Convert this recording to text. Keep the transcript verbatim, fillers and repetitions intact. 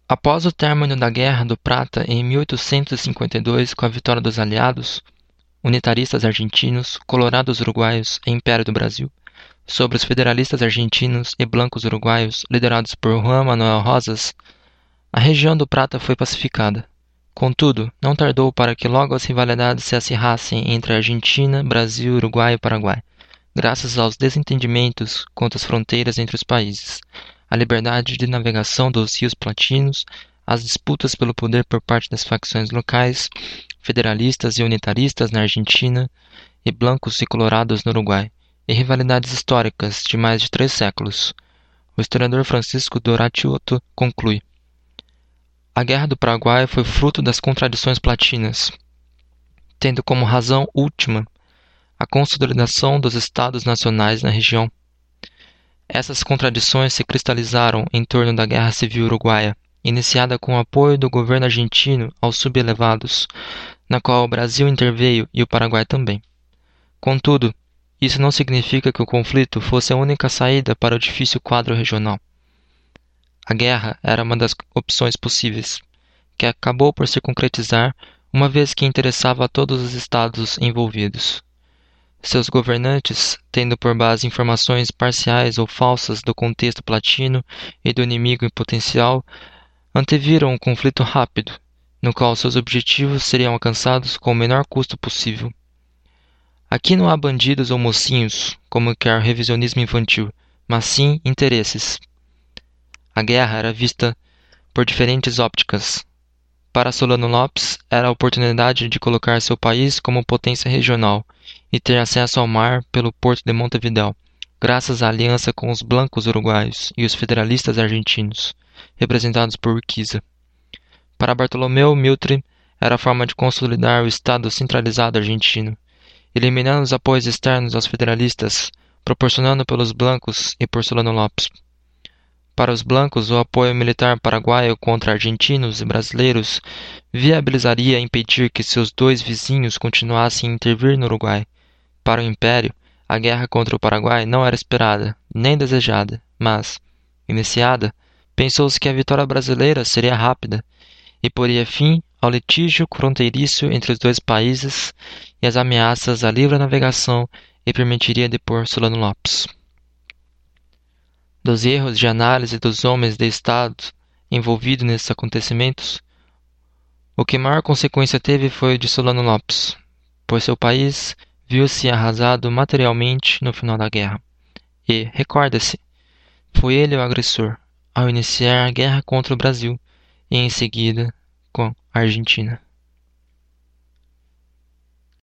Após o término da Guerra do Prata em mil oitocentos e cinquenta e dois, com a vitória dos aliados, unitaristas argentinos, colorados uruguaios e Império do Brasil, sobre os federalistas argentinos e blancos uruguaios, liderados por Juan Manuel Rosas, a região do Prata foi pacificada. Contudo, não tardou para que logo as rivalidades se acirrassem entre Argentina, Brasil, Uruguai e Paraguai, graças aos desentendimentos quanto às fronteiras entre os países, a liberdade de navegação dos rios platinos, as disputas pelo poder por parte das facções locais, federalistas e unitaristas na Argentina e blancos e colorados no Uruguai, e rivalidades históricas de mais de três séculos. O historiador Francisco Doratiotto conclui: a Guerra do Paraguai foi fruto das contradições platinas, tendo como razão última a consolidação dos estados nacionais na região. Essas contradições se cristalizaram em torno da Guerra Civil Uruguaia, iniciada com o apoio do governo argentino aos sublevados, na qual o Brasil interveio e o Paraguai também. Contudo, isso não significa que o conflito fosse a única saída para o difícil quadro regional. A guerra era uma das opções possíveis, que acabou por se concretizar uma vez que interessava a todos os estados envolvidos. Seus governantes, tendo por base informações parciais ou falsas do contexto platino e do inimigo em potencial, anteviram um conflito rápido, no qual seus objetivos seriam alcançados com o menor custo possível. Aqui não há bandidos ou mocinhos, como quer o revisionismo infantil, mas sim interesses. A guerra era vista por diferentes ópticas. Para Solano Lopes, era a oportunidade de colocar seu país como potência regional e ter acesso ao mar pelo porto de Montevidéu, graças à aliança com os blancos uruguaios e os federalistas argentinos, representados por Urquiza. Para Bartolomeu Mitre, era a forma de consolidar o Estado centralizado argentino, eliminando os apoios externos aos federalistas, proporcionando pelos blancos e por Solano Lopes. Para os blancos, o apoio militar paraguaio contra argentinos e brasileiros viabilizaria impedir que seus dois vizinhos continuassem a intervir no Uruguai. Para o Império, a guerra contra o Paraguai não era esperada, nem desejada, mas, iniciada, pensou-se que a vitória brasileira seria rápida e poria fim ao litígio fronteiriço entre os dois países e as ameaças à livre navegação e permitiria depor Solano Lopes. Dos erros de análise dos homens de Estado envolvidos nesses acontecimentos, o que maior consequência teve foi o de Solano Lopes, pois seu país viu-se arrasado materialmente no final da guerra. E, recorda-se, foi ele o agressor ao iniciar a guerra contra o Brasil e em seguida com a Argentina.